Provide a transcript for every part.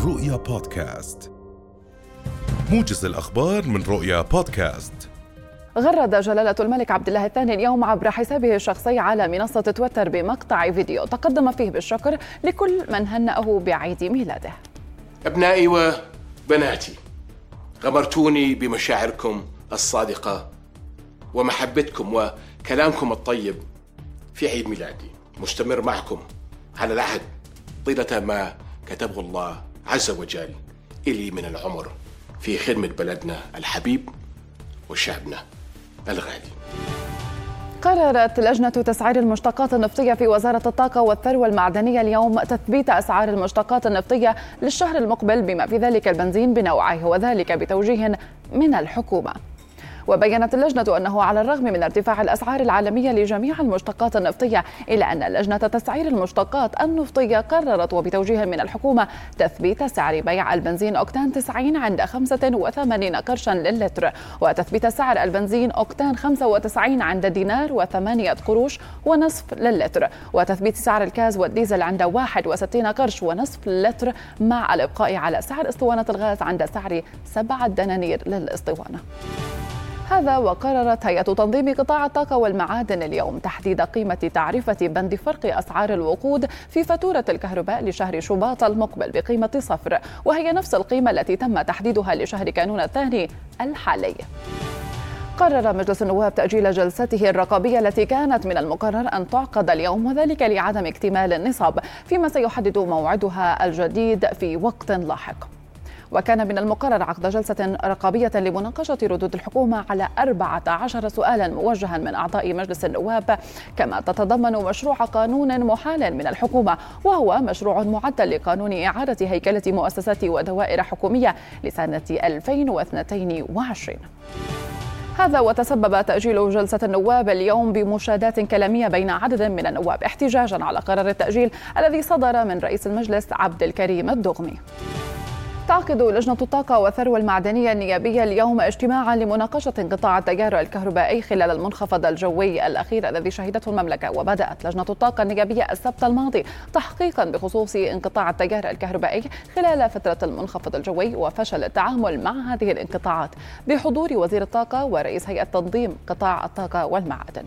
رؤيا بودكاست، موجز الأخبار من رؤيا بودكاست. غرد جلالة الملك عبد الله الثاني اليوم عبر حسابه الشخصي على منصة تويتر بمقطع فيديو تقدم فيه بالشكر لكل من هنأه بعيد ميلاده. أبنائي وبناتي، غمرتوني بمشاعركم الصادقة ومحبتكم وكلامكم الطيب في عيد ميلادي. مستمر معكم على العهد طيلة ما كتبه الله عز وجل إلي من العمر في خدمة بلدنا الحبيب وشعبنا الغالي. قررت لجنة تسعير المشتقات النفطية في وزارة الطاقة والثروة المعدنية اليوم تثبيت أسعار المشتقات النفطية للشهر المقبل بما في ذلك البنزين بنوعه، وذلك بتوجيه من الحكومة. وبيّنت اللجنة أنه على الرغم من ارتفاع الأسعار العالمية لجميع المشتقات النفطية، إلا أن لجنة تسعير المشتقات النفطية قررت وبتوجيه من الحكومة تثبيت سعر بيع البنزين أوكتان 90 عند 85 قرشا للتر، وتثبيت سعر البنزين أوكتان 95 عند دينار و8 قروش ونصف للتر، وتثبيت سعر الكاز والديزل عند 61 قرش ونصف للتر، مع الإبقاء على سعر اسطوانة الغاز عند سعر 7 دنانير للاسطوانة. هذا وقررت هيئة تنظيم قطاع الطاقة والمعادن اليوم تحديد قيمة تعرفة بند فرق أسعار الوقود في فاتورة الكهرباء لشهر شباط المقبل بقيمة 0، وهي نفس القيمة التي تم تحديدها لشهر كانون الثاني الحالي. قرر مجلس النواب تأجيل جلسته الرقابية التي كانت من المقرر أن تعقد اليوم، وذلك لعدم اكتمال النصاب، فيما سيحدد موعدها الجديد في وقت لاحق. وكان من المقرر عقد جلسة رقابية لمناقشة ردود الحكومة على 14 سؤالا موجها من أعضاء مجلس النواب، كما تتضمن مشروع قانون محال من الحكومة، وهو مشروع معدل لقانون إعادة هيكلة مؤسسات ودوائر حكومية لسنة 2022. هذا وتسبب تأجيل جلسة النواب اليوم بمشادات كلامية بين عدد من النواب احتجاجا على قرار التأجيل الذي صدر من رئيس المجلس عبد الكريم الدغمي. تعقد لجنة الطاقة والثروة المعدنية النيابية اليوم اجتماعا لمناقشة انقطاع التيار الكهربائي خلال المنخفض الجوي الأخير الذي شهدته المملكة. وبدأت لجنة الطاقة النيابية السبت الماضي تحقيقا بخصوص انقطاع التيار الكهربائي خلال فترة المنخفض الجوي وفشل التعامل مع هذه الانقطاعات بحضور وزير الطاقة ورئيس هيئة تنظيم قطاع الطاقة والمعادن.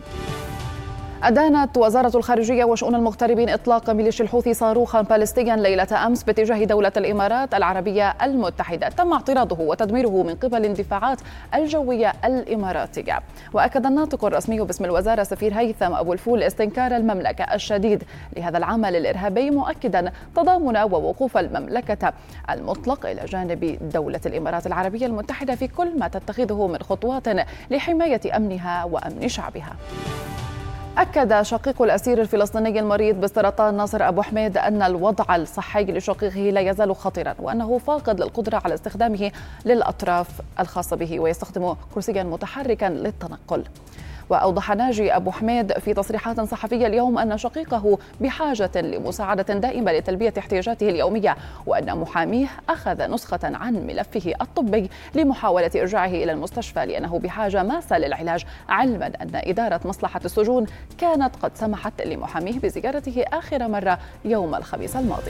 أدانت وزارة الخارجية وشؤون المغتربين إطلاق ميليشيا الحوثي صاروخا باليستيا ليلة أمس باتجاه دولة الإمارات العربية المتحدة، تم اعتراضه وتدميره من قبل الاندفاعات الجوية الإماراتية. وأكد الناطق الرسمي باسم الوزارة سفير هيثم أبو الفول استنكار المملكة الشديد لهذا العمل الإرهابي، مؤكدا تضامن ووقوف المملكة المطلق إلى جانب دولة الإمارات العربية المتحدة في كل ما تتخذه من خطوات لحماية أمنها وأمن شعبها. أكد شقيق الأسير الفلسطيني المريض بالسرطان ناصر أبو حميد أن الوضع الصحي لشقيقه لا يزال خطيرا، وأنه فاقد للقدرة على استخدامه للأطراف الخاصة به ويستخدم كرسيا متحركا للتنقل. وأوضح ناجي أبو حميد في تصريحات صحفية اليوم أن شقيقه بحاجة لمساعدة دائمة لتلبية احتياجاته اليومية، وأن محاميه أخذ نسخة عن ملفه الطبي لمحاولة إرجاعه إلى المستشفى لأنه بحاجة ماسة للعلاج، علما أن إدارة مصلحة السجون كانت قد سمحت لمحاميه بزيارته آخر مرة يوم الخميس الماضي.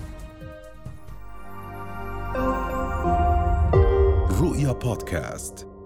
رؤيا بودكاست.